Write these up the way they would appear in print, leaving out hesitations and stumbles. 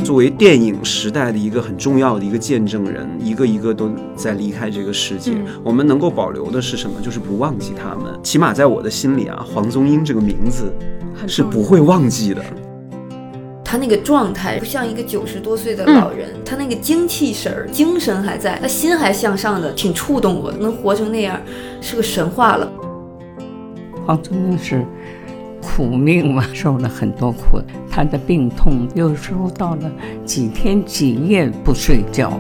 作为电影时代的一个很重要的一个见证人，一个一个都在离开这个世界。我们能够保留的是什么？就是不忘记他们。起码在我的心里啊，黄宗英这个名字是不会忘记的。 他那个状态不像一个90多岁的老人，他那个精气神儿、精神还在，他心还向上的，挺触动我的。能活成那样，是个神话了。 黄宗英是苦命嘛，受了很多苦，他的病痛有时候到了几天几夜不睡觉。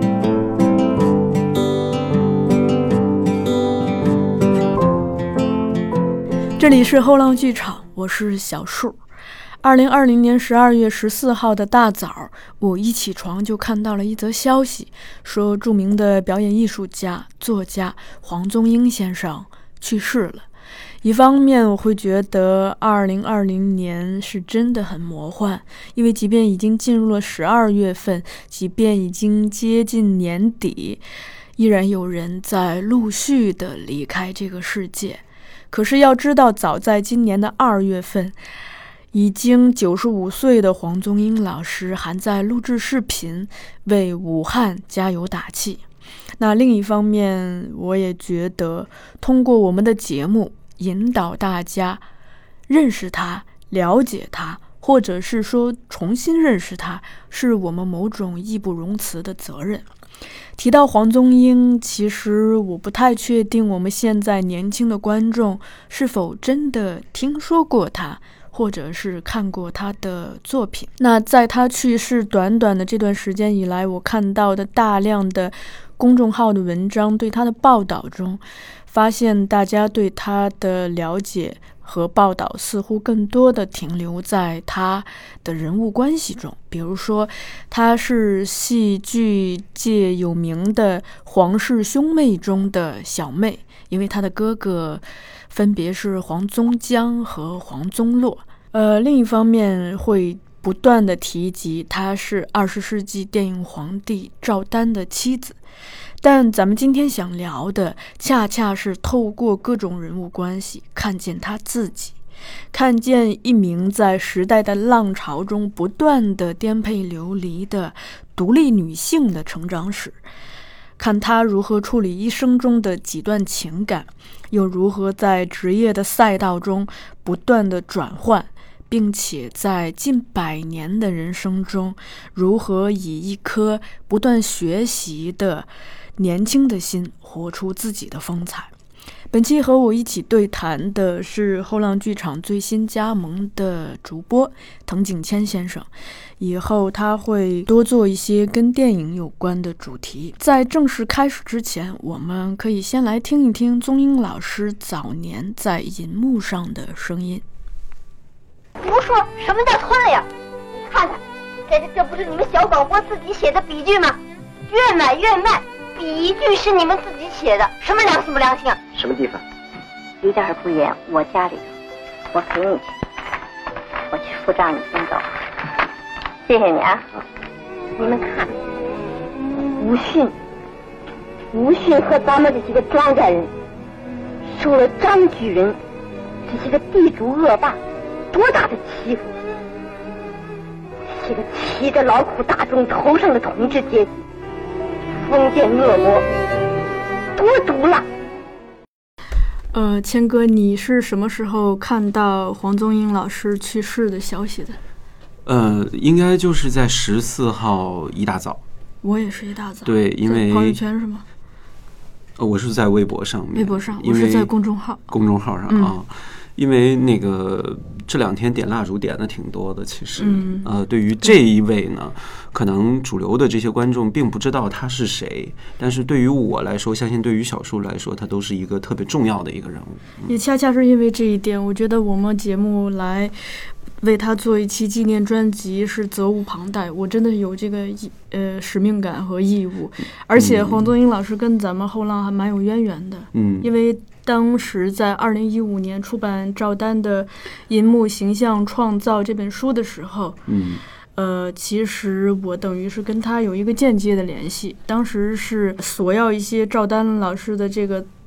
这里是后浪剧场，我是小树。2020年12月14号的大早，我一起床就看到了一则消息，说著名的表演艺术家、作家黄宗英先生去世了。一方面我会觉得2020年是真的很魔幻，因为即便已经进入了12月份，即便已经接近年底，依然有人在陆续的离开这个世界。可是要知道，早在今年的2月份，已经95岁的黄宗英老师还在录制视频为武汉加油打气。那另一方面，我也觉得通过我们的节目引导大家认识他、了解他，或者是说重新认识他，是我们某种义不容辞的责任。提到黄宗英，其实我不太确定我们现在年轻的观众是否真的听说过他，或者是看过他的作品。那在他去世短短的这段时间以来，我看到的大量的公众号的文章对他的报道中，发现大家对他的了解和报道似乎更多的停留在他的人物关系中。比如说，他是戏剧界有名的黄氏兄妹中的小妹，因为他的哥哥分别是黄宗江和黄宗洛。另一方面会不断的提及他是20世纪电影皇帝赵丹的妻子。但咱们今天想聊的恰恰是透过各种人物关系看见他自己，看见一名在时代的浪潮中不断的颠沛流离的独立女性的成长史，看她如何处理一生中的几段情感，又如何在职业的赛道中不断的转换，并且在近100年的人生中，如何以一颗不断学习的年轻的心活出自己的风采。本期和我一起对谈的是后浪剧场最新加盟的主播滕景谦先生，以后他会多做一些跟电影有关的主题。在正式开始之前，我们可以先来听一听宗英老师早年在银幕上的声音。 胡说，什么叫吞了呀？看看，这不是你们小广播自己写的笔剧吗？越买越卖，笔剧是你们自己写的，什么良心不良心啊？ 什么地方？ 有点不远，我家里头，我陪你去，我去付账，你先走。谢谢你啊。你们看，吴迅和咱们这些个庄稼人，受了张举人这些个地主恶霸多大的欺负，这个骑着劳苦大众头上的统治阶级，封建恶魔，多毒辣！ 谦哥，你是什么时候看到黄宗英老师去世的消息的？ 应该就是在14号一大早。 我也是一大早。 对，因为朋友圈是吗？ 我是在微博上面。 微博上，我是在公众号。 公众号上啊。因为那个这2天点蜡烛点的挺多的，其实，对于这一位呢，可能主流的这些观众并不知道他是谁，但是对于我来说，相信对于小树来说，他都是一个特别重要的一个人物。 也恰恰是因为这一点，我觉得我们节目来为他做一期纪念专辑是责无旁贷，我真的有这个使命感和义务。而且黄宗英老师跟咱们后浪还蛮有渊源的，因为当时在2015年出版赵丹的《银幕形象创造》这本书的时候，其实我等于是跟他有一个间接的联系。当时是索要一些赵丹老师的这个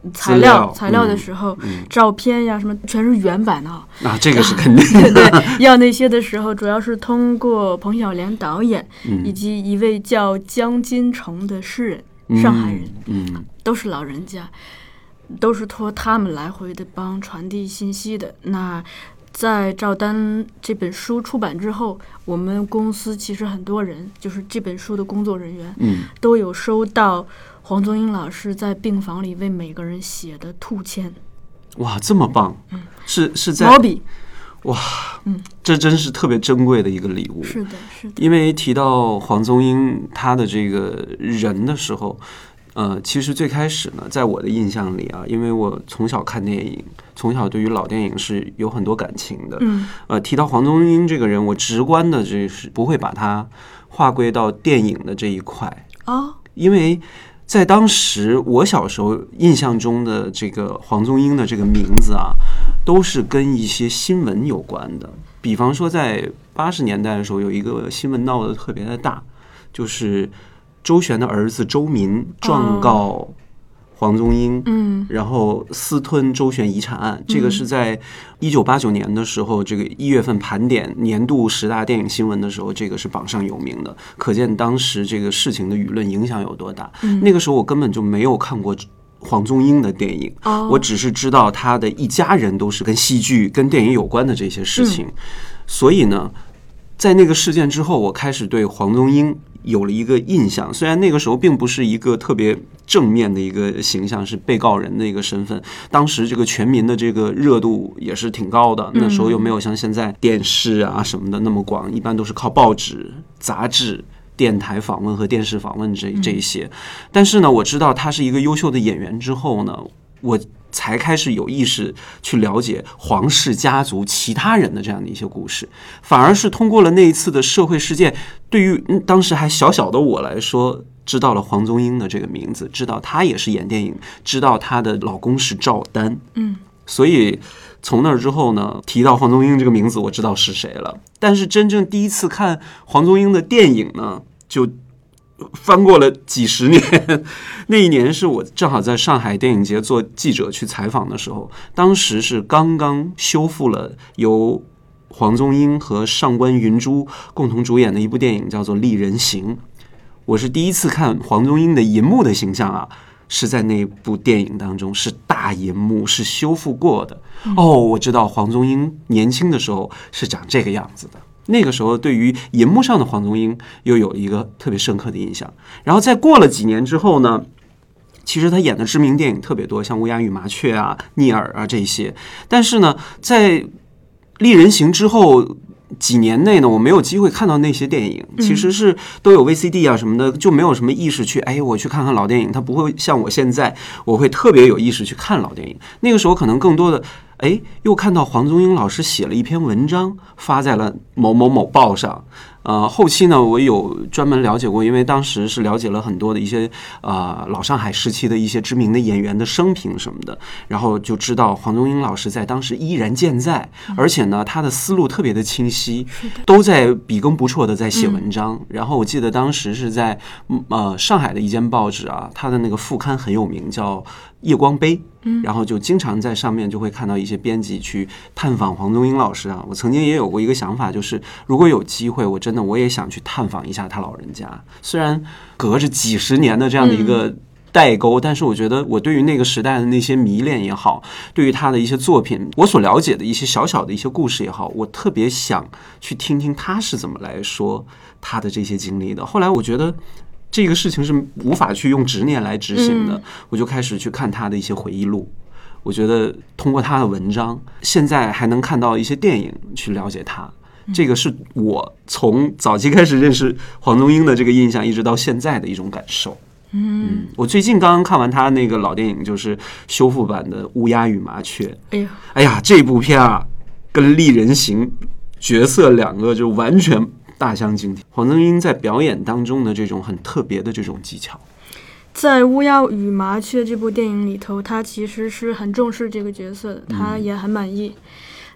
材料的时候，照片呀什么全是原版啊。 这个是肯定的。 对，要那些的时候，主要是通过彭小莲导演，以及一位叫江金城的诗人，上海人，都是老人家，都是托他们来回的帮传递信息的。那在赵丹这本书出版之后，我们公司其实很多人，就是这本书的工作人员，都有收到黄宗英老师在病房里为每个人写的兔签。 哇，这么棒！是在毛笔。 哇，这真是特别珍贵的一个礼物。 是的。 因为提到黄宗英他的这个人的时候，其实最开始呢，在我的印象里啊，因为我从小看电影，从小对于老电影是有很多感情的。提到黄宗英这个人，我直观的就是不会把他划归到电影的这一块因为在当时我小时候印象中的这个黄宗英的这个名字啊，都是跟一些新闻有关的。比方说在80年代的时候，有一个新闻闹得特别的大，就是周旋的儿子周民状告黄宗英，然后私吞周旋遗产案。这个是在1989年的时候，这个1月份盘点年度10大电影新闻的时候，这个是榜上有名的，可见当时这个事情的舆论影响有多大。那个时候我根本就没有看过黄宗英的电影，我只是知道他的一家人都是跟戏剧跟电影有关的这些事情。所以呢，在那个事件之后，我开始对黄宗英有了一个印象，虽然那个时候并不是一个特别正面的一个形象，是被告人的一个身份。当时这个全民的这个热度也是挺高的，那时候又没有像现在电视啊什么的那么广，一般都是靠报纸、杂志、电台访问和电视访问这一些。但是呢，我知道他是一个优秀的演员之后呢，我才开始有意识去了解黄氏家族其他人的这样的一些故事，反而是通过了那一次的社会事件，对于当时还小小的我来说，知道了黄宗英的这个名字，知道她也是演电影，知道她的老公是赵丹。所以从那之后呢，提到黄宗英这个名字，我知道是谁了。但是真正第一次看黄宗英的电影呢，就翻过了几十年。那一年是我正好在上海电影节做记者去采访的时候，当时是刚刚修复了由黄宗英和上官云珠共同主演的一部电影，叫做《丽人行》。我是第一次看黄宗英的银幕的形象啊，是在那部电影当中，是大银幕，是修复过的。我知道黄宗英年轻的时候是长这个样子的。那个时候对于银幕上的黄宗英又有一个特别深刻的印象。然后再过了几年之后呢，其实他演的知名电影特别多，像《乌鸦与麻雀》啊、《聂耳》啊这些。但是呢，在《丽人行》之后几年内呢，我没有机会看到那些电影，其实是都有 VCD 啊什么的，就没有什么意识去我去看看老电影。它不会像我现在，我会特别有意识去看老电影。那个时候可能更多的又看到黄宗英老师写了一篇文章发在了某某某报上。后期呢，我有专门了解过，因为当时是了解了很多的一些老上海时期的一些知名的演员的生平什么的，然后就知道黄宗英老师在当时依然健在，而且呢，他的思路特别的清晰，都在笔耕不辍的在写文章。然后我记得当时是在上海的一间报纸啊，他的那个副刊很有名，叫夜光杯。然后就经常在上面就会看到一些编辑去探访黄宗英老师啊。我曾经也有过一个想法，就是如果有机会，我也想去探访一下他老人家。虽然隔着几十年的这样的一个代沟，但是我觉得我对于那个时代的那些迷恋也好，对于他的一些作品，我所了解的一些小小的一些故事也好，我特别想去听听他是怎么来说他的这些经历的。后来我觉得这个事情是无法去用执念来执行的，我就开始去看他的一些回忆录。我觉得通过他的文章，现在还能看到一些电影去了解他。这个是我从早期开始认识黄宗英的这个印象，一直到现在的一种感受。我最近刚刚看完他那个老电影，就是修复版的《乌鸦与麻雀》。哎呀，这部片啊，跟《丽人行》角色两个就完全大相径庭。黄宗英在表演当中的这种很特别的这种技巧， 在《乌鸦与麻雀》这部电影里头，他其实是很重视这个角色的，他也很满意。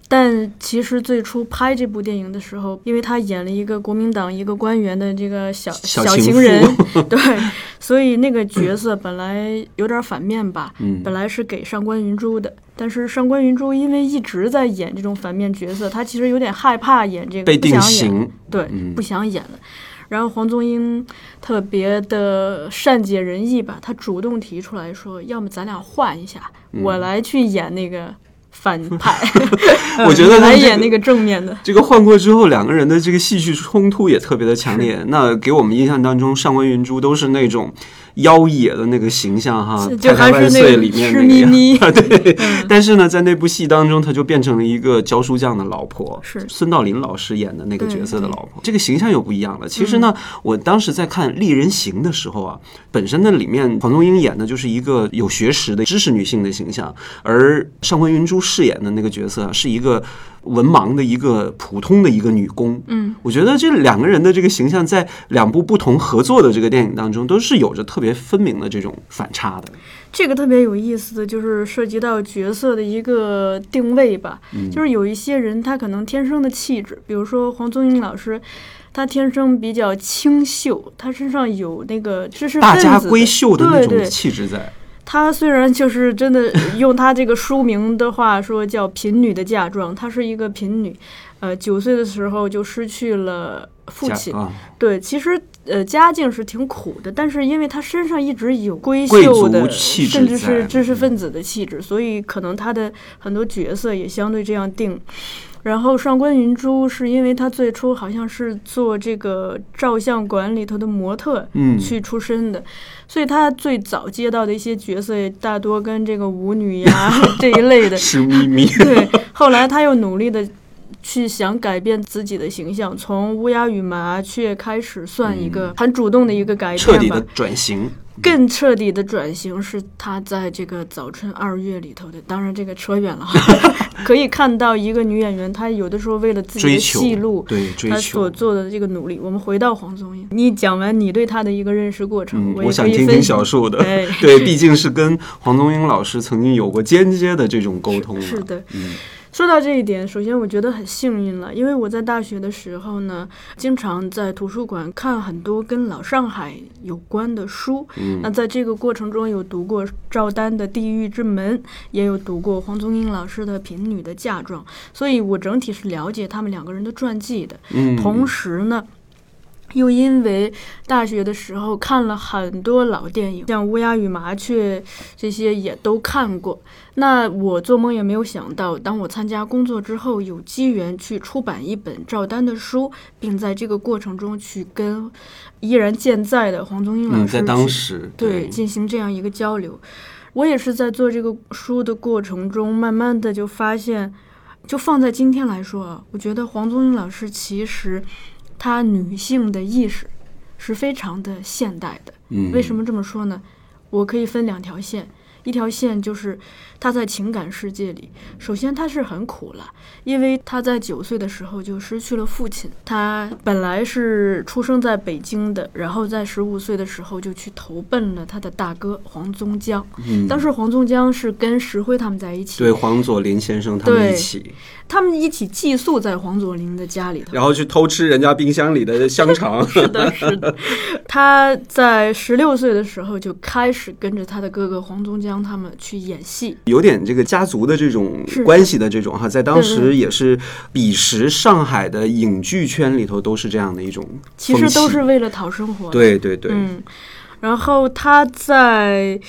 但其实最初拍这部电影的时候，因为他演了一个国民党一个官员的这个小情人，对，所以那个角色本来有点反面吧，本来是给上官云珠的，但是上官云珠因为一直在演这种反面角色，他其实有点害怕演这个， 被定型， 对，不想演了。然后黄宗英特别的善解人意吧，他主动提出来说，要么咱俩换一下，我来去演那个反派我觉得来演那个正面的。 这个换过之后，两个人的这个戏剧冲突也特别的强烈。那给我们印象当中，上官云珠都是那种妖冶的那个形象哈， 就还是那个里面痴咪咪对、但是呢，在那部戏当中，她就变成了一个教书匠的老婆， 是孙道临老师演的那个角色的老婆，这个形象又不一样了。其实呢，我当时在看《丽人行》的时候啊，本身的里面黄宗英演的就是一个有学识的知识女性的形象，而上官云珠饰演的那个角色是一个文盲的一个普通的一个女工。我觉得这两个人的这个形象在两部不同合作的这个电影当中都是有着特别分明的这种反差的。 这个特别有意思的就是涉及到角色的一个定位吧，就是有一些人他可能天生的气质，比如说黄宗英老师，他天生比较清秀，他身上有那个知识分子大家闺秀的那种气质在。 她虽然就是真的用她这个书名的话说叫贫女的嫁妆，她是一个贫女，9岁的时候就失去了父亲，对，其实家境是挺苦的，但是因为她身上一直有闺秀的甚至是知识分子的气质，所以可能她的很多角色也相对这样定。然后上官云珠是因为她最初好像是做这个照相馆里头的模特去出身的，所以她最早接到的一些角色也大多跟这个舞女呀这一类的是咪咪。 对，后来她又努力的去想改变自己的形象，从乌鸦与麻雀开始算一个很主动的一个改变吧， 彻底的转型。 更彻底的转型是他在这个早春2月里头的，当然这个扯远了可以看到一个女演员她有的时候为了自己的戏路她所做的这个努力。我们回到黄宗英，你讲完你对她的一个认识过程， 我想听听小树的对，毕竟是跟黄宗英老师曾经有过间接的这种沟通。 是的。说到这一点，首先我觉得很幸运了，因为我在大学的时候呢，经常在图书馆看很多跟老上海有关的书。那在这个过程中有读过赵丹的《地狱之门》，也有读过黄宗英老师的《贫女的嫁妆》，所以我整体是了解他们两个人的传记的。同时呢，又因为大学的时候看了很多老电影，像《乌鸦与麻雀》这些也都看过。那我做梦也没有想到，当我参加工作之后，有机缘去出版一本赵丹的书，并在这个过程中去跟依然健在的黄宗英老师在当时对进行这样一个交流。我也是在做这个书的过程中，慢慢的就发现，就放在今天来说啊，我觉得黄宗英老师其实她女性的意识是非常的现代的。为什么这么说呢？我可以分2条线。一条线就是他在情感世界里，首先他是很苦了，因为他在9岁的时候就失去了父亲。他本来是出生在北京的，然后在15岁的时候就去投奔了他的大哥黄宗江。当时黄宗江是跟石辉他们在一起， 对，黄佐临先生他们一起， 他们一起寄宿在黄佐临的家里头， 然后去偷吃人家冰箱里的香肠。 是的，是的。他在16岁的时候就开始跟着他的哥哥黄宗江他们去演戏， 有点这个家族的这种关系的这种哈，在当时也是彼时上海的影剧圈里头都是这样的一种风气， 其实都是为了讨生活。 对对对。 然后他在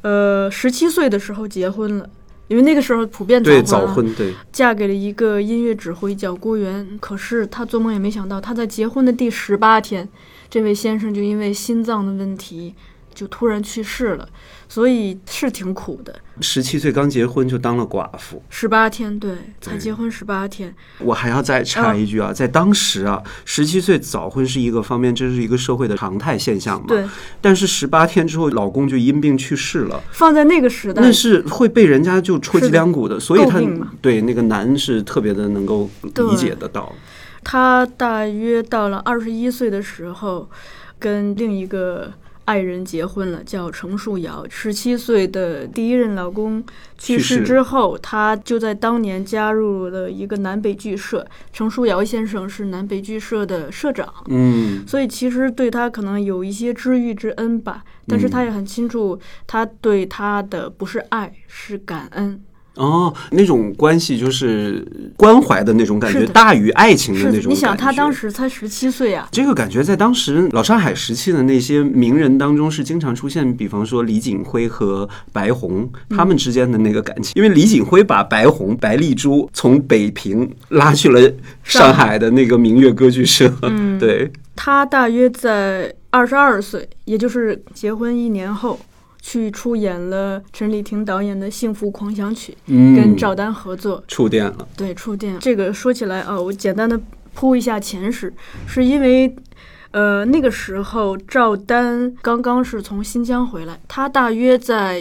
17岁的时候结婚了。因为那个时候普遍早婚，对， 嫁给了一个音乐指挥叫郭源。可是她做梦也没想到，她在结婚的第18天，这位先生就因为心脏的问题就突然去世了，所以是挺苦的。 17岁刚结婚就当了寡妇 ，18天，对，才结婚18天。 我还要再插一句啊，在当时啊，17岁早婚是一个方面，这是一个社会的常态现象嘛。 对。 但是18天之后，老公就因病去世了， 放在那个时代， 那是会被人家就戳脊梁骨的，所以他对那个男是特别的能够理解得到。 他大约到了21岁的时候，跟另一个爱人结婚了，叫程树瑶。17岁的第一任老公去世之后，她就在当年加入了一个南北剧社，程树瑶先生是南北剧社的社长，所以其实对他可能有一些知遇之恩吧，但是他也很清楚，他对他的不是爱，是感恩。 那种关系就是关怀的那种感觉，大于爱情的那种感觉。 你想，他当时才17岁啊， 这个感觉在当时老上海时期的那些名人当中是经常出现，比方说李锦辉和白虹他们之间的那个感情，因为李锦辉把白虹白丽珠从北平拉去了上海的那个明月歌剧社，对， 他大约在22岁，也就是结婚1年后，去出演了陈丽婷导演的《幸福狂想曲》，跟赵丹合作， 触电了。 对，触电。这个说起来我简单的铺一下前史，是因为那个时候赵丹刚刚是从新疆回来，他大约在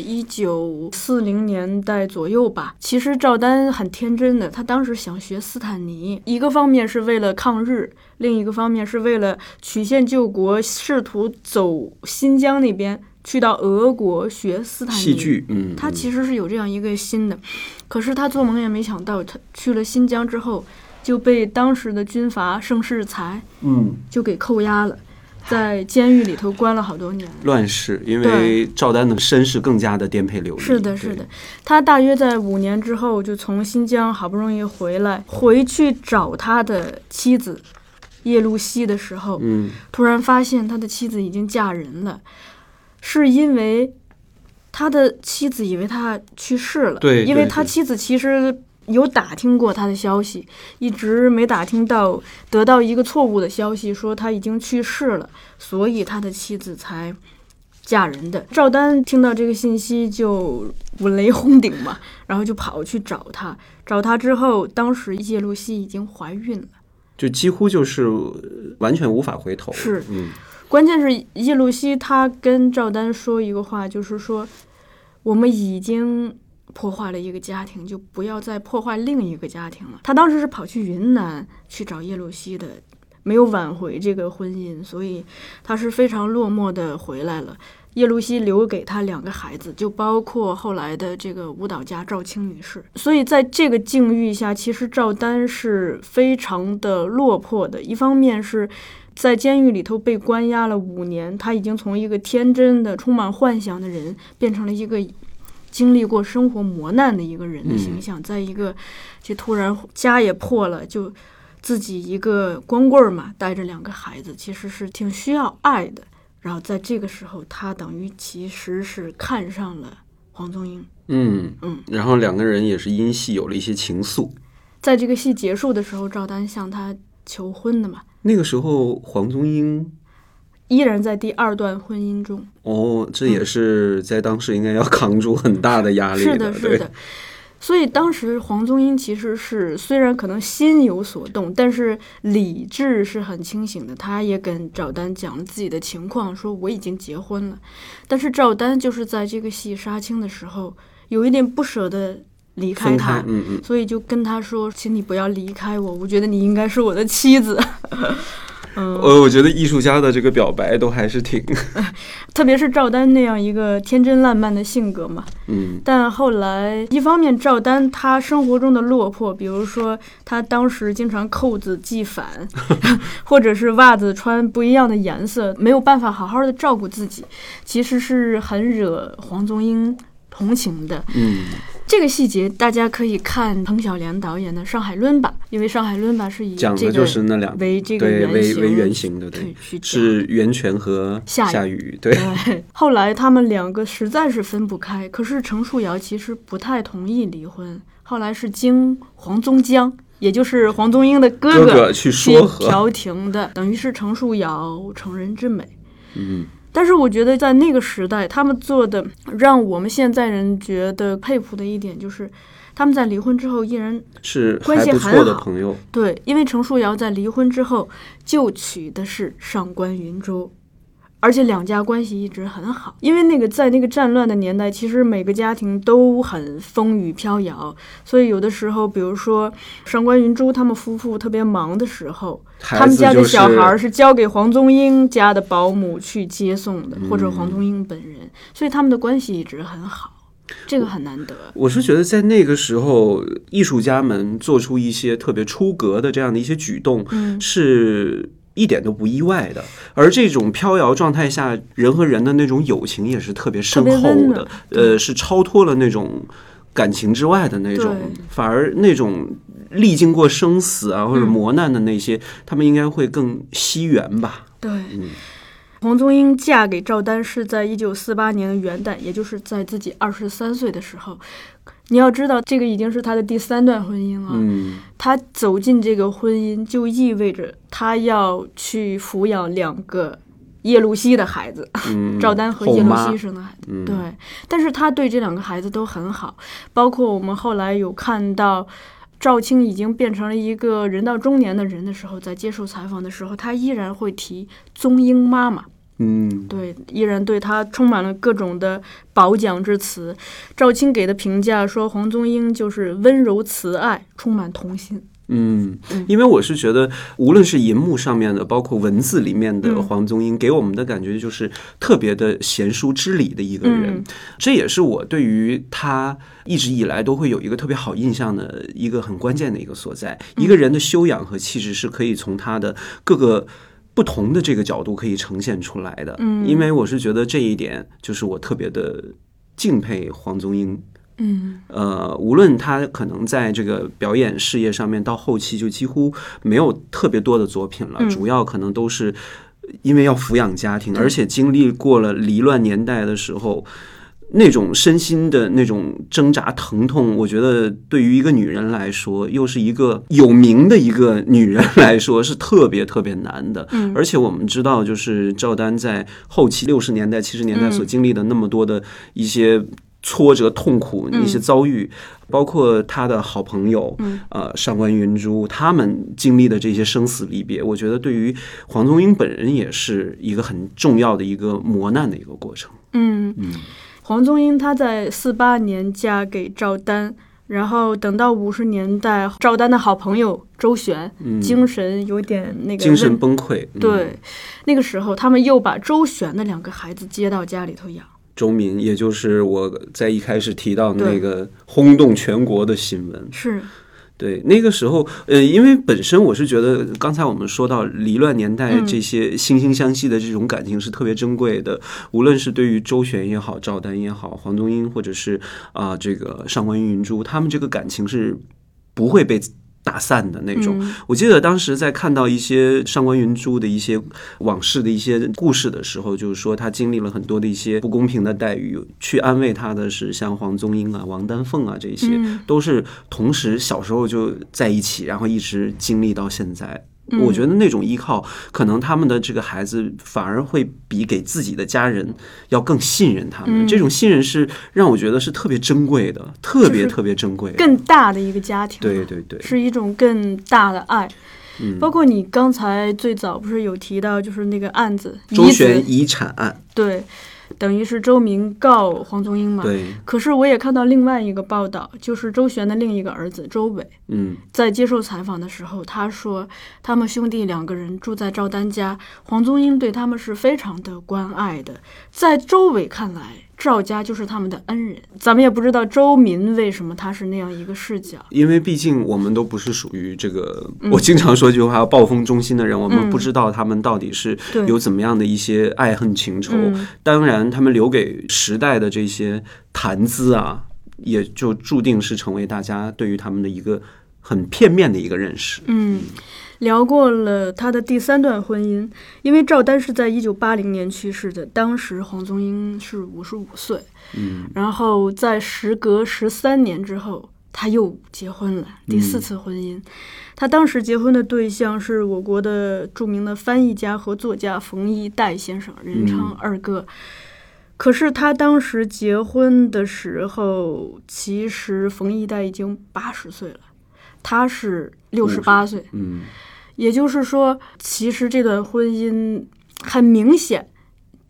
1940年代左右吧。其实赵丹很天真的，他当时想学斯坦尼，一个方面是为了抗日，另一个方面是为了曲线救国，试图走新疆那边去到俄国学斯坦尼戏剧。 他其实是有这样一个心的，可是他做梦也没想到，他去了新疆之后就被当时的军阀盛世才就给扣押了，在监狱里头关了好多年。 乱世，因为赵丹的身世更加的颠沛流离。 是的，是的。他大约在5年之后就从新疆好不容易回去找他的妻子叶露西的时候，突然发现他的妻子已经嫁人了。是因为他的妻子以为他去世了， 对， 因为他妻子其实有打听过他的消息，一直没打听到，得到一个错误的消息说他已经去世了，所以他的妻子才嫁人的。赵丹听到这个信息就五雷轰顶嘛，然后就跑去找他，找他之后，当时叶露西已经怀孕了， 就几乎就是完全无法回头。 是，关键是叶露西她跟赵丹说一个话，就是说我们已经破坏了一个家庭，就不要再破坏另一个家庭了。她当时是跑去云南去找叶露西的，没有挽回这个婚姻，所以她是非常落寞的回来了。叶露西留给她2个孩子，就包括后来的这个舞蹈家赵青女士。所以在这个境遇下，其实赵丹是非常的落魄的。一方面是在监狱里头被关押了5年，他已经从一个天真的充满幻想的人变成了一个经历过生活磨难的一个人的形象。再一个就突然家也破了，就自己一个光棍嘛，带着2个孩子，其实是挺需要爱的。然后在这个时候，他等于其实是看上了黄宗英。 然后2个人也是因戏有了一些情愫。 在这个戏结束的时候，赵丹向他求婚的嘛。 那个时候黄宗英依然在第2段婚姻中。 这也是在当时应该要扛住很大的压力的。 是的，是的。所以当时黄宗英其实是虽然可能心有所动，但是理智是很清醒的。他也跟赵丹讲了自己的情况，说我已经结婚了。但是赵丹就是在这个戏杀青的时候有一点不舍得离开他，所以就跟他说，请你不要离开我，我觉得你应该是我的妻子。 我觉得艺术家的这个表白都还是挺特别是赵丹那样一个天真烂漫的性格嘛。但后来一方面赵丹他生活中的落魄，比如说他当时经常扣子系反或者是袜子穿不一样的颜色，没有办法好好的照顾自己，其实是很惹黄宗英同情的。这个细节大家可以看彭晓莲导演的《上海伦巴》，因为《上海伦巴》是以讲的就是那2 为这个为原型的，对，是袁泉和夏雨。对， 后来他们2个实在是分不开，可是程树瑶其实不太同意离婚，后来是经黄宗江，也就是黄宗英的哥哥去说和调停的，等于是程树瑶成人之美。但是我觉得在那个时代他们做的让我们现在人觉得佩服的一点，就是他们在离婚之后依然是关系还不错的朋友。 对，因为程树瑶在离婚之后就娶的是上官云珠， 而且两家关系一直很好。因为在那个战乱的年代，其实每个家庭都很风雨飘摇，所以有的时候比如说上官云珠他们夫妇特别忙的时候，他们家的小孩是交给黄宗英家的保姆去接送的，或者黄宗英本人，所以他们的关系一直很好，这个很难得。 我是觉得在那个时候，艺术家们做出一些特别出格的这样的一些举动，是一点都不意外的。而这种飘摇状态下，人和人的那种友情也是特别深厚的，是超脱了那种感情之外的那种，反而那种历经过生死啊或者磨难的那些，他们应该会更惜缘吧。 对，黄宗英嫁给赵丹是在1948年的元旦，也就是在自己23岁的时候。你要知道，这个已经是她的第3段婚姻了。她走进这个婚姻，就意味着她要去抚养2个叶露西的孩子，赵丹和叶露西生的孩子。对，但是她对这2个孩子都很好，包括我们后来有看到赵青已经变成了一个人到中年的人的时候，在接受采访的时候，他依然会提宗英妈妈。对，依然对他充满了各种的褒奖之词。赵青给的评价说，黄宗英就是温柔慈爱，充满童心。 因为我是觉得，无论是银幕上面的，包括文字里面的黄宗英，给我们的感觉就是特别的贤淑知礼的一个人。这也是我对于他一直以来都会有一个特别好印象的一个很关键的一个所在。一个人的修养和气质是可以从他的各个不同的这个角度可以呈现出来的。因为我是觉得这一点就是我特别的敬佩黄宗英。无论他可能在这个表演事业上面到后期就几乎没有特别多的作品了，主要可能都是因为要抚养家庭，而且经历过了离乱年代的时候，那种身心的那种挣扎疼痛，我觉得对于一个女人来说，又是一个有名的一个女人来说，是特别特别难的。而且我们知道，就是赵丹在后期60年代、70年代所经历的那么多的一些挫折、痛苦、一些遭遇，包括他的好朋友上官云珠，他们经历的这些生死离别，我觉得对于黄宗英本人也是一个很重要的一个磨难的一个过程。 黄宗英她在48年嫁给赵丹，然后等到50年代，赵丹的好朋友周璇精神有点精神崩溃。 对，那个时候他们又把周璇的2个孩子接到家里头养。 周民，也就是我在一开始提到的那个轰动全国的新闻。是，对，那个时候，因为本身我是觉得，刚才我们说到离乱年代这些惺惺相惜的这种感情是特别珍贵的，无论是对于周璇也好，赵丹也好，黄宗英或者是这个上官云珠，他们这个感情是不会被打散的那种。我记得当时在看到一些上官云珠的一些往事的一些故事的时候，就是说他经历了很多的一些不公平的待遇，去安慰他的是像黄宗英啊、王丹凤啊，这些都是同时小时候就在一起，然后一直经历到现在。我觉得那种依靠，可能他们的这个孩子反而会比给自己的家人要更信任他们。这种信任是让我觉得是特别珍贵的，特别特别珍贵的， 更大的一个家庭。 对对对， 是一种更大的爱。包括你刚才最早不是有提到，就是那个案子， 周璇遗产案。 对。等于是周民告黄宗英嘛。 对。 可是我也看到另外一个报道，就是周璇的另一个儿子周伟，在接受采访的时候，他说他们兄弟2个人住在赵丹家，黄宗英对他们是非常的关爱的。在周伟看来，赵家就是他们的恩人。咱们也不知道周民为什么他是那样一个视角， 因为毕竟我们都不是属于这个，我经常说一句话，暴风中心的人，我们不知道他们到底是有怎么样的一些爱恨情仇。当然他们留给时代的这些谈资啊，也就注定是成为大家对于他们的一个很片面的一个认识。 聊过了他的第3段婚姻，因为赵丹是在1980年去世的，当时黄宗英是55岁。然后在时隔13年之后，他又结婚了，第4次婚姻。他当时结婚的对象是我国的著名的翻译家和作家冯一代先生，人称二哥。可是他当时结婚的时候，其实冯一代已经80岁了，他是68岁。也就是说，其实这段婚姻很明显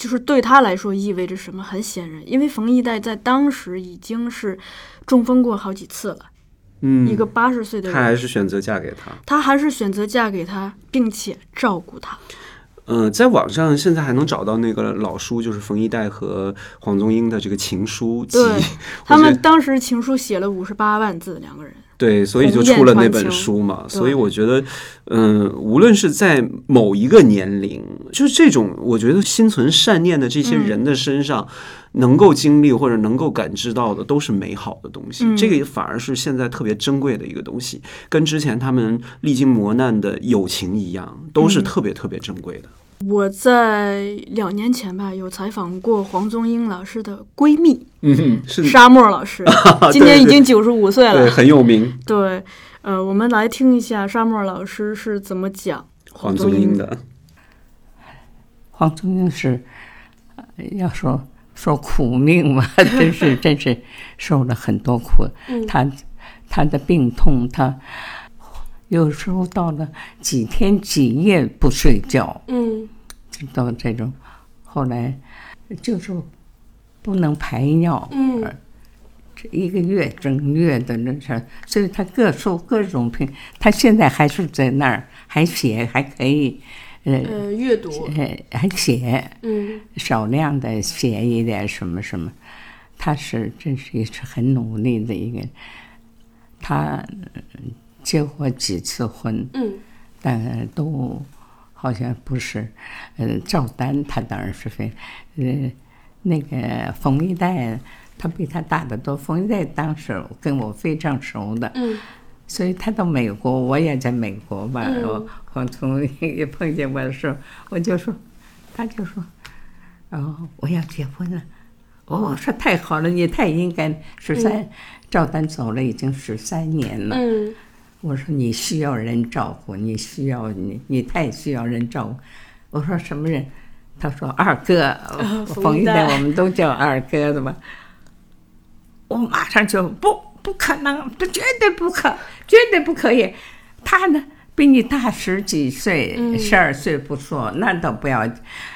就是对他来说意味着什么，很显然，因为冯一代在当时已经是中风过好几次了。一个80岁的人， 他还是选择嫁给他，并且照顾他。 在网上现在还能找到那个老书，就是冯一代和黄宗英的这个情书集。 对，他们当时情书写了58万字，两个人。 对，所以就出了那本书嘛。所以我觉得，无论是在某一个年龄，就是这种我觉得心存善念的这些人的身上，能够经历或者能够感知到的都是美好的东西。这个反而是现在特别珍贵的一个东西，跟之前他们历经磨难的友情一样，都是特别特别珍贵的。 我在2年前吧，有采访过黄宗英老师的闺蜜， 是沙漠老师，今年已经95岁了， 对，很有名。 对，我们来听一下沙漠老师是怎么讲黄宗英的。 黄宗英是要说苦命嘛，真是受了很多苦。他的病痛，他有时候到了几天几夜不睡觉，就到这种，后来就是不能排尿，这1个月整个月的那事儿，所以他受各种病，他现在还是在那儿，还写，还可以， 阅读， 还写，少量的写一点什么什么，他真是也是很努力的一个人，他结过几次婚，但都好像不是，赵丹他当然是那个冯一代他比他大得多，冯一代当时跟我非常熟的，所以他到美国，我也在美国吧，黄宗英碰见我的时候，他就说，我要结婚了，我说太好了，你太应该13，赵丹走了已经13年了，我说你需要人照顾，你太需要人照顾。我说什么人？他说二哥，冯一代我们都叫二哥的嘛。我马上就不可能，这绝对不可以。他呢比你大10几岁，12岁不说，那倒不要。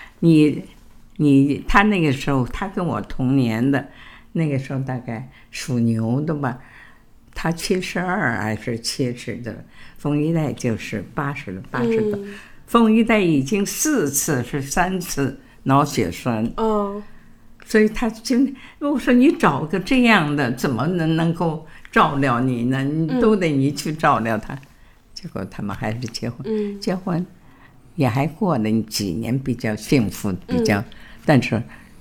他那个时候他跟我同年的，那个时候大概属牛的吧。他72还是70的，冯一代就是80了，80多。冯一代已经4次是3次脑血栓，所以他我说你找个这样的，怎么能够照料你呢？你都得你去照料他。结果他们还是结婚，结婚也还过了几年比较幸福，但是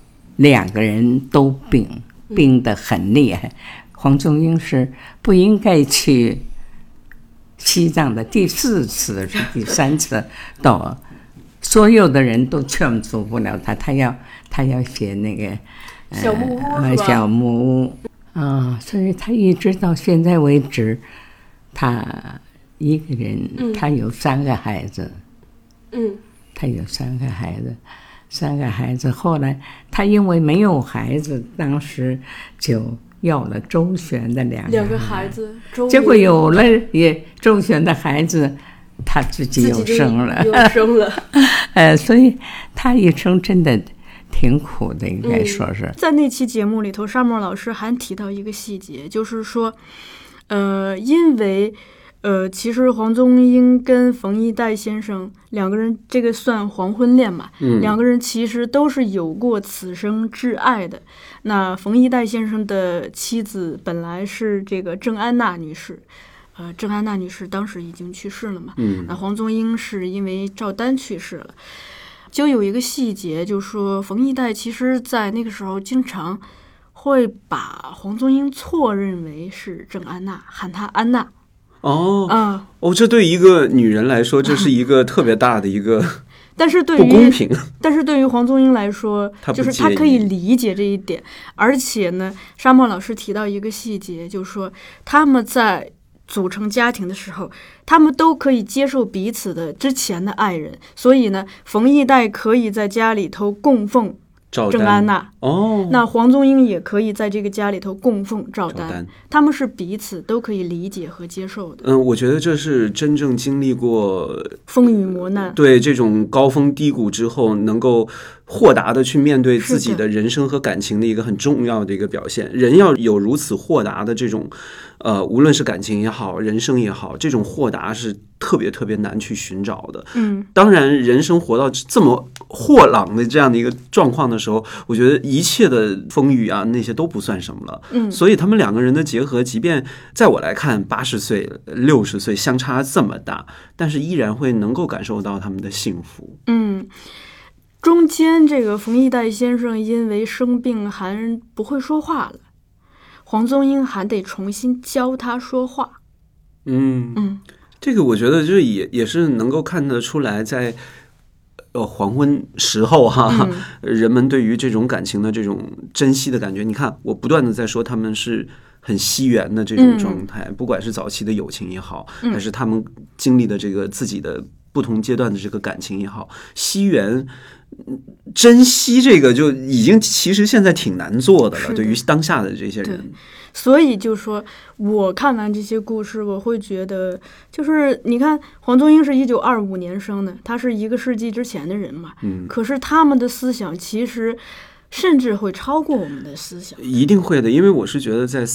2个人都病得很厉害。黄宗英是不应该去西藏的第4次是第3次到，所有的人都劝阻不了他，他要写那个小木屋， 小木屋所以他一直到现在为止，他一个人，他有3个孩子，他有3个孩子，后来他因为没有孩子，当时就要了周旋的2个孩子，结果有了周旋的孩子，他自己又生了，所以他一生真的挺苦的，应该说是。 在那期节目里头，沙漠老师还提到一个细节，就是说，因为其实黄宗英跟冯一代先生2个人，这个算黄昏恋嘛，2个人其实都是有过此生挚爱的。那冯一代先生的妻子本来是这个郑安娜女士，郑安娜女士当时已经去世了嘛，那黄宗英是因为赵丹去世了。就有一个细节，就是说冯一代其实在那个时候经常会把黄宗英错认为是郑安娜，喊她安娜。 这对一个女人来说，这是一个特别大的一个不公平。 但是对于黄宗英来说，就是他可以理解这一点。而且呢，沙漠老师提到一个细节，就是说他们在组成家庭的时候，他们都可以接受彼此的之前的爱人，所以呢，冯一代可以在家里头供奉郑安娜。那黄宗英也可以在这个家里头供奉赵丹，他们是彼此都可以理解和接受的。 我觉得这是真正经历过风雨磨难， 对这种高峰低谷之后，能够豁达的去面对自己的人生和感情的一个很重要的一个表现。人要有如此豁达的这种无论是感情也好，人生也好，这种豁达是特别特别难去寻找的。当然人生活到这么豁朗的这样的一个状况的时候，我觉得一切的风雨啊那些都不算什么了。所以他们两个人的结合，即便在我来看80岁60岁相差这么大，但是依然会能够感受到他们的幸福。 中间这个冯一代先生因为生病还不会说话了，黄宗英还得重新教他说话。 这个我觉得就也是能够看得出来，在黄昏时候人们对于这种感情的这种珍惜的感觉。你看我不断的在说他们是很惜缘的这种状态，不管是早期的友情也好，还是他们经历的这个自己的不同阶段的这个感情也好，惜缘珍惜这个就已经其实现在挺难做的了，对于当下的这些人。 所以就说我看完这些故事，我会觉得就是你看黄宗英是1925年生的，他是1个世纪之前的人嘛，可是他们的思想其实甚至会超过我们的思想。 一定会的，因为我是觉得在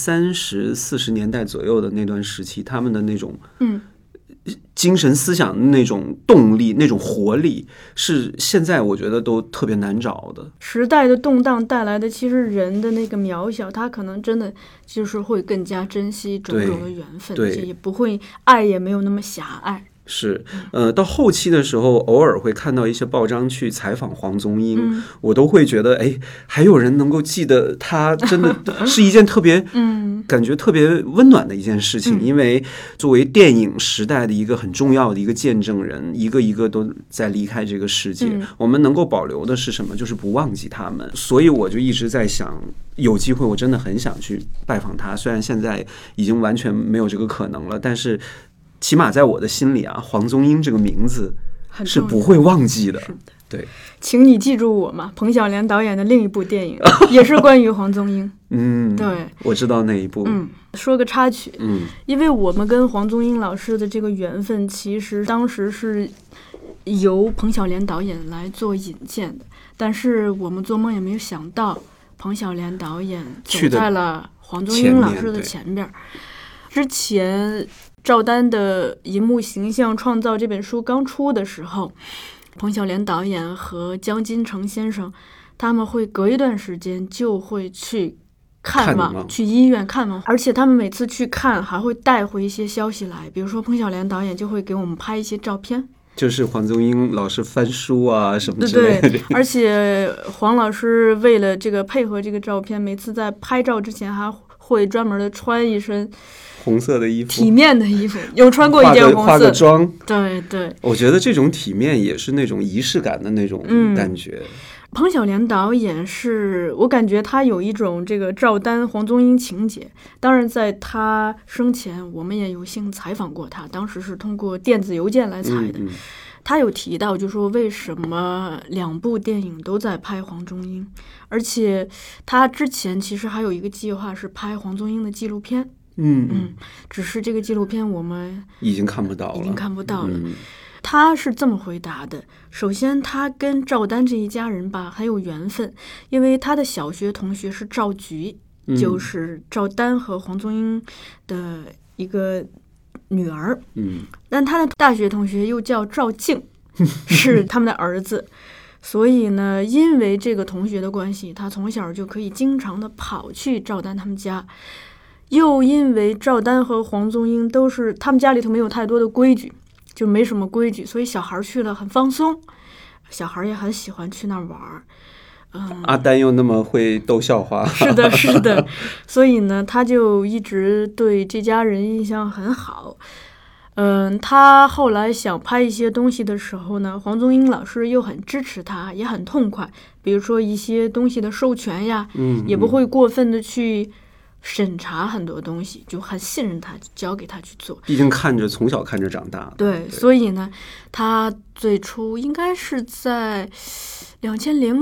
30、40年代左右的那段时期，他们的那种精神思想的那种动力，那种活力，是现在我觉得都特别难找的。 时代的动荡带来的其实人的那个渺小，他可能真的就是会更加珍惜种种的缘分，也不会爱也没有那么狭隘。 是，到后期的时候，偶尔会看到一些报章去采访黄宗英，我都会觉得，哎，还有人能够记得他，真的是一件特别，感觉特别温暖的一件事情。因为作为电影时代的一个很重要的一个见证人，一个一个都在离开这个世界，我们能够保留的是什么？就是不忘记他们。所以我就一直在想，有机会我真的很想去拜访他，虽然现在已经完全没有这个可能了，但是起码在我的心里啊，黄宗英这个名字是不会忘记的。对， 请你记住我嘛，彭晓莲导演的另一部电影也是关于黄宗英。对， 我知道那一部。 说个插曲，因为我们跟黄宗英老师的这个缘分，其实当时是由彭晓莲导演来做引荐的，但是我们做梦也没有想到，彭晓莲导演走在了黄宗英老师的前边。之前赵丹的银幕形象创造这本书刚出的时候，彭晓莲导演和江金城先生他们会隔一段时间就会去看望，去医院看望，而且他们每次去看还会带回一些消息来，比如说彭晓莲导演就会给我们拍一些照片， 就是黄宗英老师翻书啊什么之类的。 对，而且黄老师为了这个配合这个照片，每次在拍照之前还会专门的穿一身红色的衣服， 体面的衣服，有穿过一件红色， 化个妆。 对对， 我觉得这种体面也是那种仪式感的那种感觉。 彭晓莲导演是我感觉他有一种这个赵丹黄宗英情节。当然在他生前我们也有幸采访过他，当时是通过电子邮件来采的。他有提到就说为什么2部电影都在拍黄宗英，而且他之前其实还有一个计划是拍黄宗英的纪录片。只是这个纪录片我们已经看不到了。 他是这么回答的，首先他跟赵丹这一家人吧很有缘分，因为他的小学同学是赵菊，就是赵丹和黄宗英的一个女儿。但他的大学同学又叫赵静，是他们的儿子。所以呢，因为这个同学的关系，他从小就可以经常的跑去赵丹他们家。又因为赵丹和黄宗英都是他们家里头没有太多的规矩，就没什么规矩，所以小孩去了很放松，小孩也很喜欢去那儿玩。 阿丹又那么会逗笑话。 是的是的，所以呢他就一直对这家人印象很好。他后来想拍一些东西的时候呢，黄宗英老师又很支持他，也很痛快，比如说一些东西的授权呀，也不会过分的去审查很多东西，就很信任他，交给他去做。 毕竟从小看着长大的。 对，所以呢他最初应该是在2000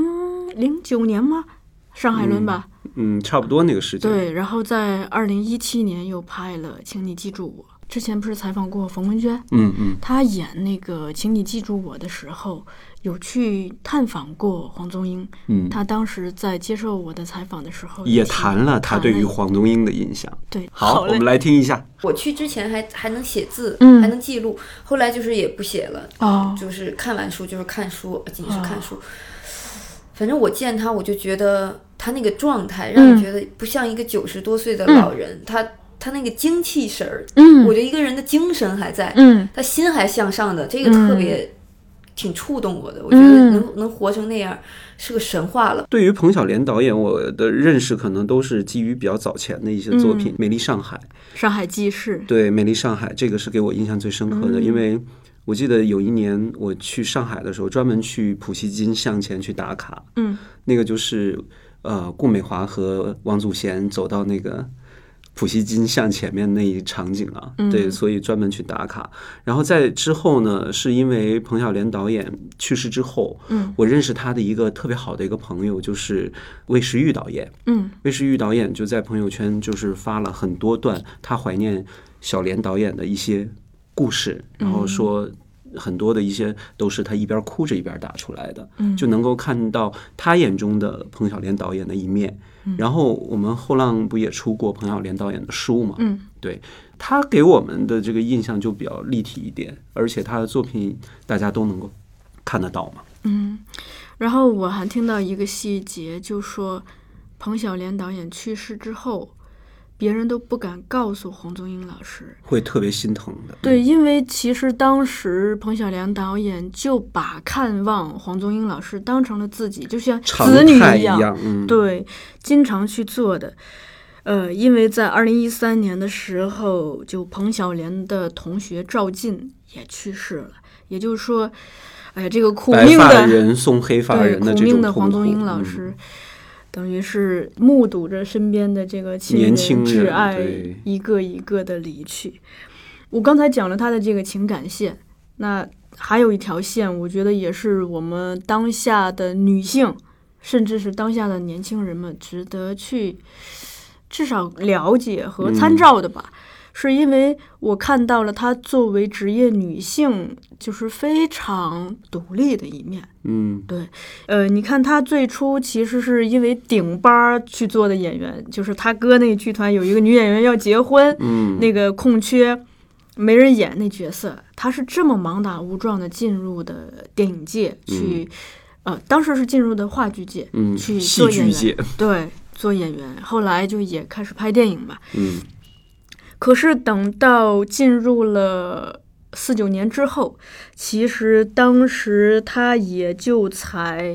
2009年吗？上海轮吧， 差不多那个时间。 对，然后在2017年又拍了《请你记住我》。之前不是采访过冯文娟，她演那个《请你记住我》的时候，有去探访过黄宗英。她当时在接受我的采访的时候， 也谈了她对于黄宗英的印象。 对， 好，我们来听一下。 我去之前还能写字，还能记录，后来就是也不写了，就是看完书就是看书，仅是看书。反正我见他，我就觉得他那个状态让我觉得不像一个90多岁的老人，他那个精气神儿，我觉得一个人的精神还在，他心还向上的，这个特别挺触动我的。我觉得能活成那样是个神话了。 对于彭晓莲导演，我的认识可能都是基于比较早前的一些作品，美丽上海》、 《上海记事》。对， 《美丽上海》这个是给我印象最深刻的，因为我记得有一年我去上海的时候，专门去普希金像前去打卡。那个就是顾美华和王祖贤走到那个普希金像前面那一场景啊，对，所以专门去打卡。然后在之后呢，是因为彭晓莲导演去世之后，我认识他的一个特别好的一个朋友，就是魏时玉导演。魏时玉导演就在朋友圈就是发了很多段他怀念晓莲导演的一些故事，然后说很多的一些都是他一边哭着一边打出来的，就能够看到他眼中的彭晓莲导演的一面。然后我们后浪不也出过彭晓莲导演的书嘛？对，他给我们的这个印象就比较立体一点，而且他的作品大家都能够看得到嘛。 然后我还听到一个细节，就说彭晓莲导演去世之后，别人都不敢告诉黄宗英老师， 会特别心疼的。 对，因为其实当时彭晓莲导演就把看望黄宗英老师当成了自己就像子女一样，对，经常去做的。因为在2013年的时候，就彭晓莲的同学赵晋也去世了，也就是说，这个苦命的白发人送黑发人的这种痛苦， 苦命的黄宗英老师。等于是目睹着身边的这个亲人挚爱一个一个的离去。我刚才讲了他的这个情感线，那还有一条线，我觉得也是我们当下的女性，甚至是当下的年轻人们值得去至少了解和参照的吧。是因为我看到了她作为职业女性就是非常独立的一面。对，你看她最初其实是因为顶班去做的演员，就是她哥那个剧团有一个女演员要结婚，那个空缺没人演那角色，她是这么盲打误撞的进入的电影界去，当时是进入的话剧界，去做演员，对，做演员，后来就也开始拍电影吧。可是等到进入了49年之后，其实当时他也就才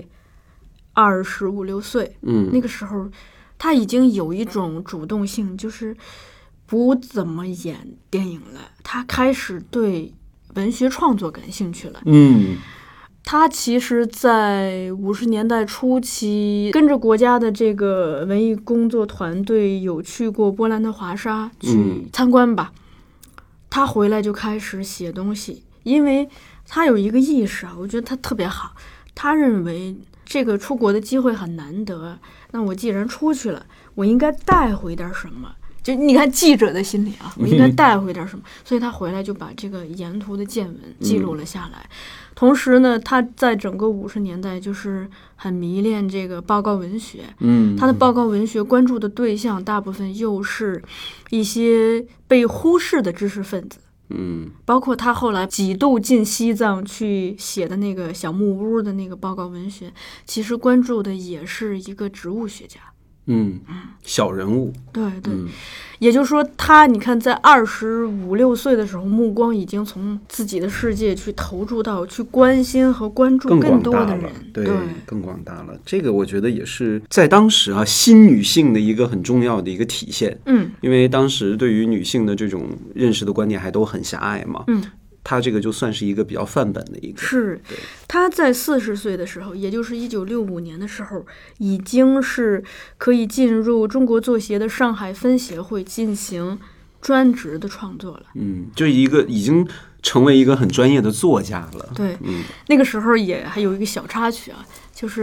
25、26岁，那个时候他已经有一种主动性，就是不怎么演电影了，他开始对文学创作感兴趣了。他其实在50年代初期跟着国家的这个文艺工作团队有去过波兰的华沙去参观吧。他回来就开始写东西，因为他有一个意识啊，我觉得他特别好。他认为这个出国的机会很难得，那我既然出去了，我应该带回点什么。就你看记者的心理啊，我应该带回点什么，所以他回来就把这个沿途的见闻记录了下来。同时呢，他在整个50年代就是很迷恋这个报告文学，他的报告文学关注的对象大部分又是一些被忽视的知识分子，包括他后来几度进西藏去写的那个小木屋的那个报告文学，其实关注的也是一个植物学家。 小人物， 对，也就是说他你看在25、26岁的时候，目光已经从自己的世界去投注到去关心和关注更多的人， 对，更广大了。这个我觉得也是在当时啊新女性的一个很重要的一个体现。因为当时对于女性的这种认识的观念还都很狭隘嘛。他这个就算是一个比较范本的一个。 是，他在40岁的时候，也就是1965年的时候，已经是可以进入中国作协的上海分协会进行专职的创作了。 就一个已经成为一个很专业的作家了。 对，那个时候也还有一个小插曲啊，就是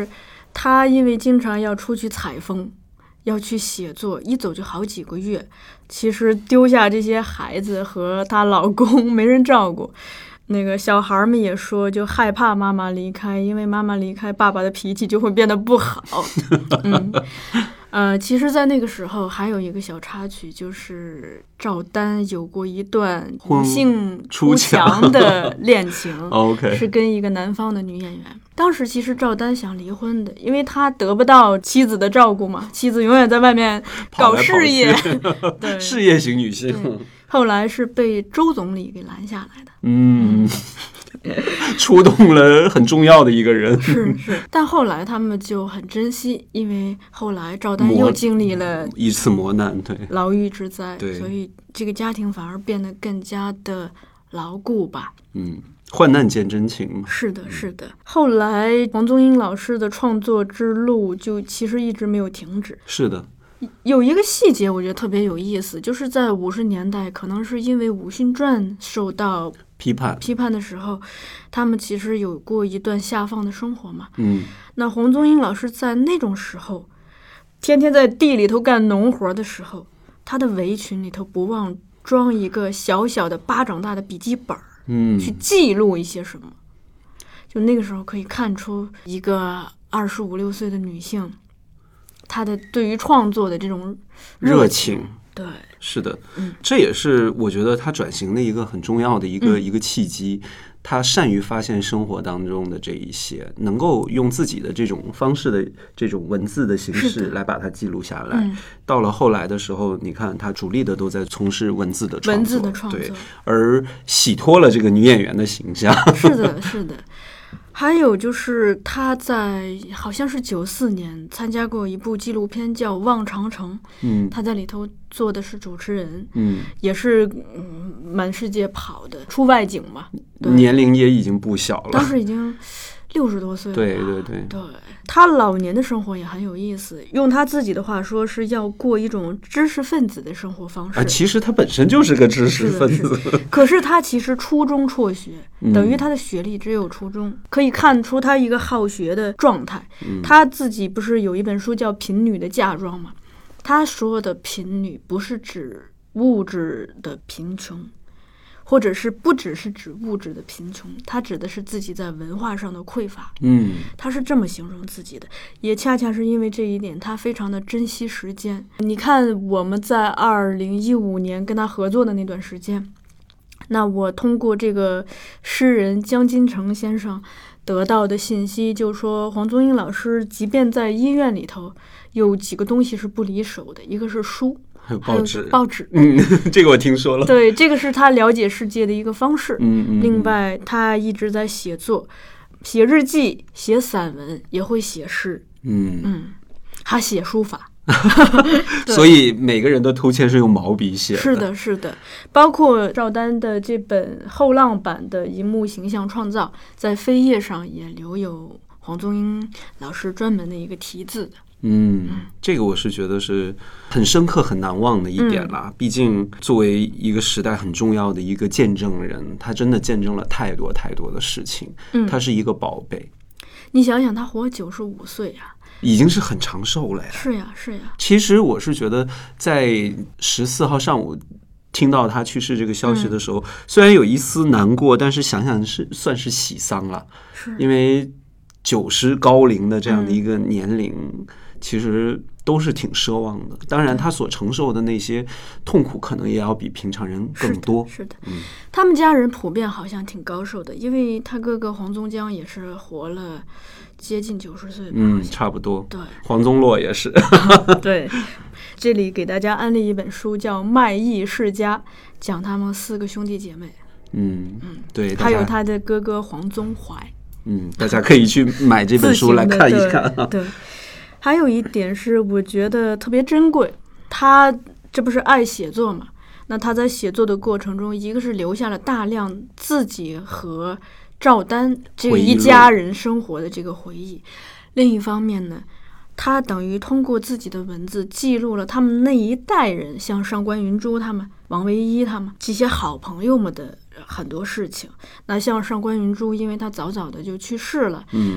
他因为经常要出去采风，要去写作，一走就好几个月。其实丢下这些孩子和她老公没人照顾，那个小孩们也说就害怕妈妈离开，因为妈妈离开，爸爸的脾气就会变得不好。其实在那个时候还有一个小插曲，就是赵丹有过一段女性出墙的恋情 OK 是跟一个南方的女演员。当时其实赵丹想离婚的，因为他得不到妻子的照顾嘛，妻子永远在外面搞事业，对， 事业型女性。 后来是被周总理给拦下来的。 触动了很重要的一个人。 是，但后来他们就很珍惜，因为后来赵丹又经历了一次磨难，对， 牢狱之灾， 对， 所以这个家庭反而变得更加的牢固吧。 患难见真情嘛。 是的。后来黄宗英老师的创作之路就其实一直没有停止。 是的。 有一个细节我觉得特别有意思，就是在50年代，可能是因为《武训传》受到批判的时候，他们其实有过一段下放的生活嘛。那黄宗英老师在那种时候，天天在地里头干农活的时候，他的围裙里头不忘装一个小小的巴掌大的笔记本，去记录一些什么。就那个时候可以看出一个25、26岁的女性，他的对于创作的这种热情，对， 是的，这也是我觉得他转型的一个很重要的一个契机。他善于发现生活当中的这一些，能够用自己的这种方式的这种文字的形式来把它记录下来。到了后来的时候，你看他主力的都在从事文字的创作，对，而洗脱了这个女演员的形象。 是的。还有就是他在好像是94年参加过一部纪录片叫《望长城》，他在里头做的是主持人，也是满世界跑的出外景嘛， 年龄也已经不小了， 当时已经60多岁了。 对， 他老年的生活也很有意思，用他自己的话说是要过一种知识分子的生活方式。 其实他本身就是个知识分子， 可是他其实初中辍学，等于他的学历只有初中，可以看出他一个好学的状态。他自己不是有一本书叫《贫女的嫁妆》吗？他说的贫女不是指物质的贫穷，或者是不只是指物质的贫穷，他指的是自己在文化上的匮乏。他是这么形容自己的，也恰恰是因为这一点，他非常的珍惜时间。你看我们在2015年跟他合作的那段时间，那我通过这个诗人江金城先生得到的信息，就说黄宗英老师即便在医院里头有几个东西是不离手的，一个是书， 还有报纸。 这个我听说了。 对，这个是他了解世界的一个方式。另外他一直在写作，写日记，写散文，也会写诗。他写书法。 所以每个人的头衔是用毛笔写的。 是的，包括赵丹的这本后浪版的银幕形象创造，在扉页上也留有黄宗英老师专门的一个题字的。 这个我是觉得是很深刻很难忘的一点啦。毕竟作为一个时代很重要的一个见证人，他真的见证了太多太多的事情。他是一个宝贝。 你想想，他活95岁啊， 已经是很长寿了呀。 是呀。 其实我是觉得在14号上午听到他去世这个消息的时候，虽然有一丝难过，但是想想算是喜丧了。因为90高龄的这样的一个年龄，其实都是挺奢望的。当然他所承受的那些痛苦可能也要比平常人更多。 是的。他们家人普遍好像挺高寿的，因为他哥哥黄宗江也是活了接近90岁吧。 差不多。对，黄宗洛也是。 对，这里给大家安利一本书叫《卖艺世家》，讲他们4个兄弟姐妹。对，还有他的哥哥黄宗怀。 大家可以去买这本书来看一看。 对，还有一点是我觉得特别珍贵，他这不是爱写作嘛？那他在写作的过程中，一个是留下了大量自己和赵丹这个一家人生活的这个回忆，另一方面呢，他等于通过自己的文字记录了他们那一代人，像上官云珠他们、王维一他们这些好朋友们的很多事情。那像上官云珠，因为他早早的就去世了，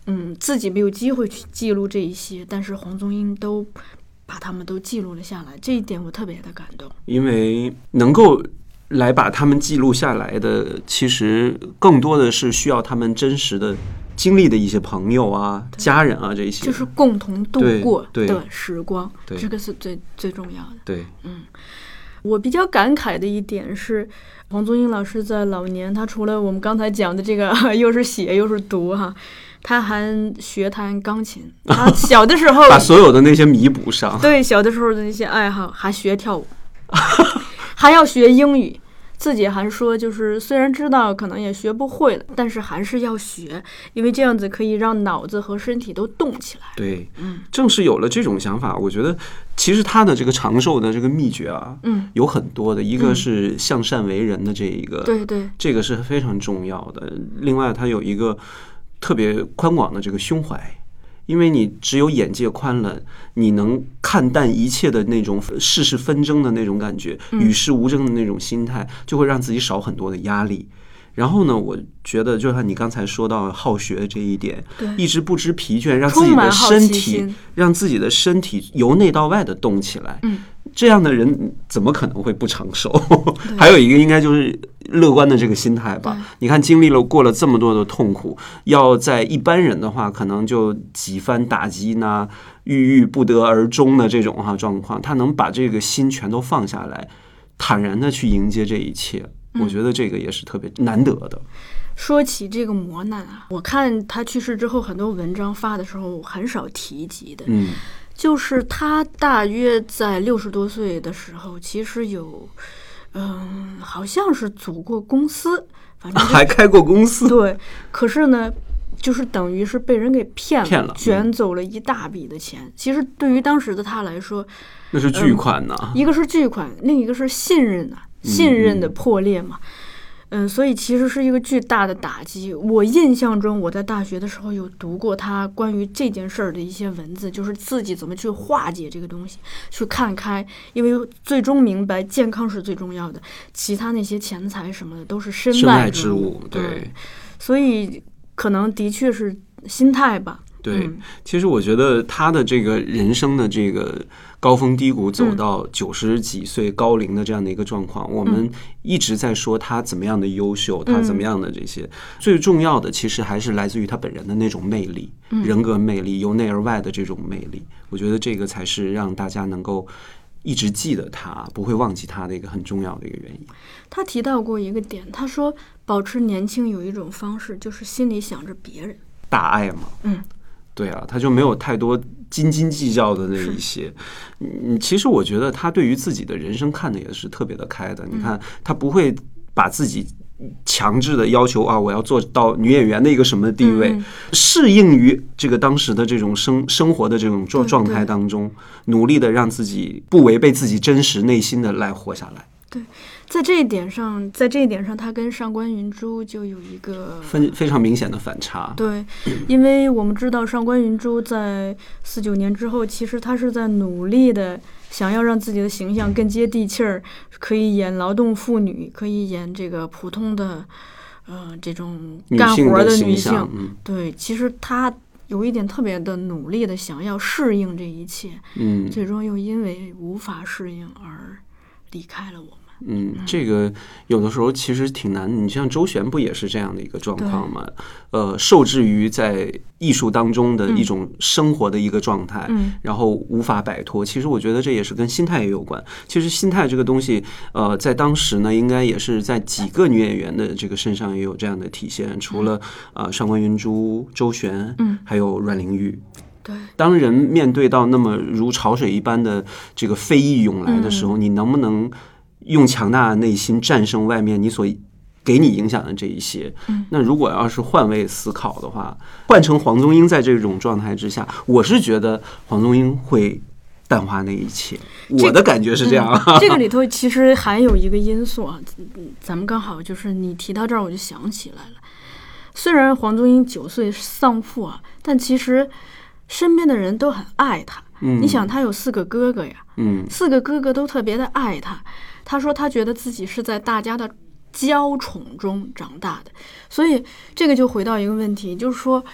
自己没有机会去记录这一些，但是黄宗英都把他们都记录了下来，这一点我特别的感动。 因为能够来把他们记录下来的，其实更多的是需要他们真实的经历的一些朋友啊、家人啊，这些就是共同度过的时光，这个是最重要的。 对， 我比较感慨的一点是，黄宗英老师在老年，他除了我们刚才讲的这个又是写又是读哈，他还学弹钢琴。他小的时候把所有的那些弥补上。 对，小的时候的那些爱好，还学跳舞，还要学英语。自己还说，就是虽然知道可能也学不会了，但是还是要学，因为这样子可以让脑子和身体都动起来。 对，正是有了这种想法，我觉得其实他的这个长寿的这个秘诀啊，有很多的，一个是向善为人的这一个， 对， 这个是非常重要的。另外，他有一个特别宽广的这个胸怀。因为你只有眼界宽了，你能看淡一切的那种世事纷争的那种感觉，与世无争的那种心态，就会让自己少很多的压力。然后呢，我觉得就像你刚才说到好学这一点，一直不知疲倦，让自己的身体由内到外的动起来。这样的人怎么可能会不长寿？还有一个应该就是乐观的这个心态吧。你看经历过了这么多的痛苦，要在一般人的话可能就几番打击呢，郁郁不得而终的这种状况，他能把这个心全都放下来，坦然的去迎接这一切，我觉得这个也是特别难得的。 说起这个磨难啊，我看他去世之后很多文章发的时候很少提及的，就是他大约在60多岁的时候，其实有，好像是组过公司，反正还开过公司。 对，可是呢，就是等于是被人给骗了，卷走了一大笔的钱。其实对于当时的他来说， 那是巨款呐， 一个是巨款，另一个是信任的破裂嘛。所以其实是一个巨大的打击。我印象中，我在大学的时候有读过他关于这件事儿的一些文字，就是自己怎么去化解这个东西，去看开，因为最终明白健康是最重要的，其他那些钱财什么的都是身外之物。 对， 所以可能的确是心态吧。 对，其实我觉得他的这个人生的这个高峰低谷，走到90几岁高龄的这样的一个状况，我们一直在说他怎么样的优秀，他怎么样的这些，最重要的其实还是来自于他本人的那种魅力，人格魅力，由内而外的这种魅力。我觉得这个才是让大家能够一直记得他，不会忘记他的一个很重要的一个原因。 他提到过一个点，他说保持年轻有一种方式，就是心里想着别人， 大爱嘛。对啊，他就没有太多斤斤计较的那一些。其实我觉得他对于自己的人生看的也是特别的开的。你看，他不会把自己强制的要求啊，我要做到女演员的一个什么地位，适应于这个当时的这种生活的这种状态当中，努力的让自己不违背自己真实内心的来活下来。 对，在这一点上，他跟上官云珠就有一个非常明显的反差。 对，因为我们知道上官云珠在49年之后，其实他是在努力的想要让自己的形象更接地气儿，可以演劳动妇女，可以演这个普通的这种干活的女性。对，其实他有一点特别的努力的想要适应这一切，最终又因为无法适应而离开了我们。 这个有的时候其实挺难的。你像周璇不也是这样的一个状况吗？受制于在艺术当中的一种生活的一个状态，然后无法摆脱。其实我觉得这也是跟心态也有关。其实心态这个东西，在当时呢，应该也是在几个女演员的这个身上也有这样的体现。除了上官云珠、周璇，还有阮玲玉。 对， 当人面对到那么如潮水一般的这个非议涌来的时候，你能不能用强大的内心战胜外面你所给你影响的这一些？那如果要是换位思考的话，换成黄宗英在这种状态之下，我是觉得黄宗英会淡化那一切。我的感觉是这样。 这个里头其实还有一个因素啊，咱们刚好就是你提到这儿，我就想起来了。虽然黄宗英9岁丧父啊，但其实身边的人都很爱他。你想他有4个哥哥呀，4个哥哥都特别的爱他。他说他觉得自己是在大家的娇宠中长大的，所以这个就回到一个问题，就是说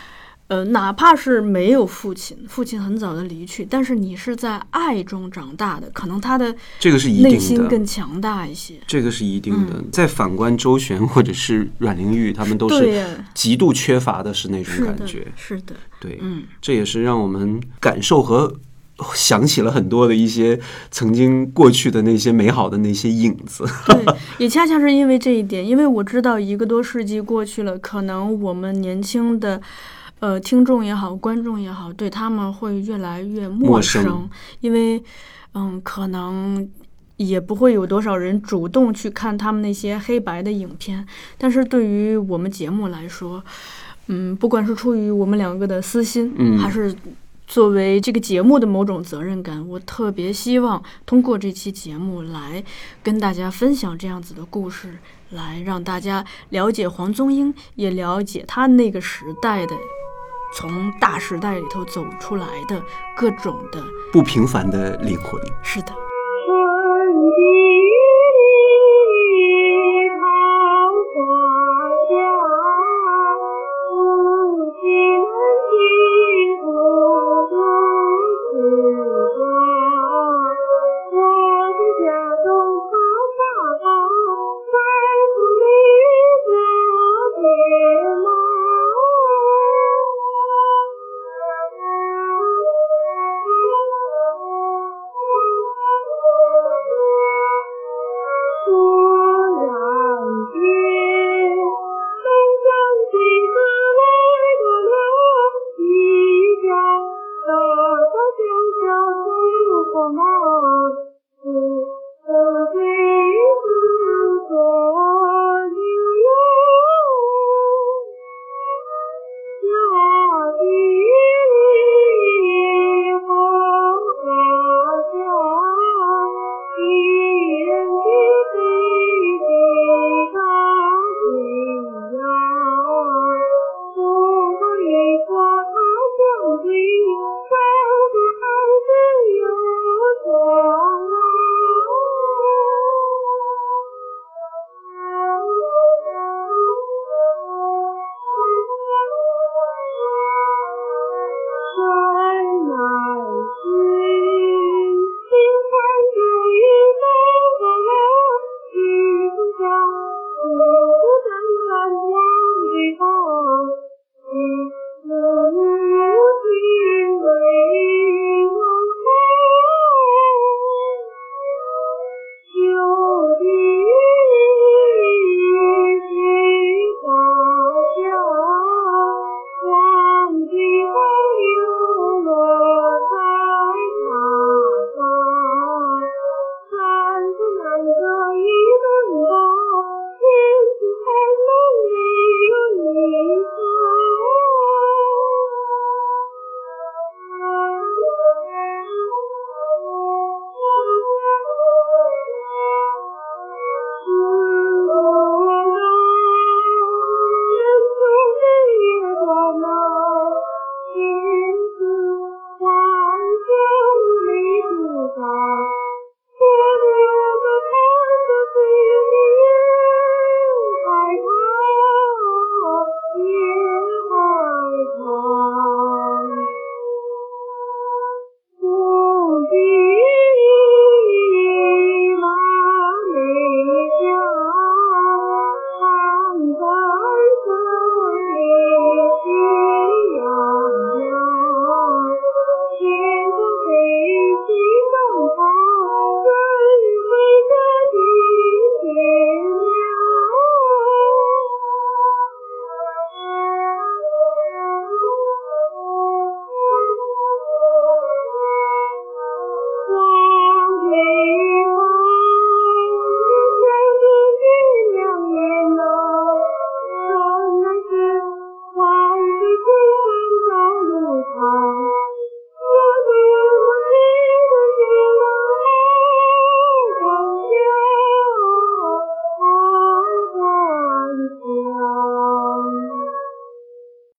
哪怕是没有父亲很早的离去，但是你是在爱中长大的，可能他的这个是一定的， 内心更强大一些。 这个是一定的。再反观周璇或者是阮玲玉，他们都是极度缺乏的是那种感觉。 是的， 对，这也是让我们感受和想起了很多的一些曾经过去的那些美好的那些影子。 对，也恰恰是因为这一点，因为我知道1个多世纪过去了，可能我们年轻的听众也好，观众也好，对他们会越来越陌生，因为可能也不会有多少人主动去看他们那些黑白的影片。但是对于我们节目来说，不管是出于我们2个的私心，还是作为这个节目的某种责任感，我特别希望通过这期节目来跟大家分享这样子的故事，来让大家了解黄宗英，也了解他那个时代的，从大时代里头走出来的各种的不平凡的灵魂。 是的。 春天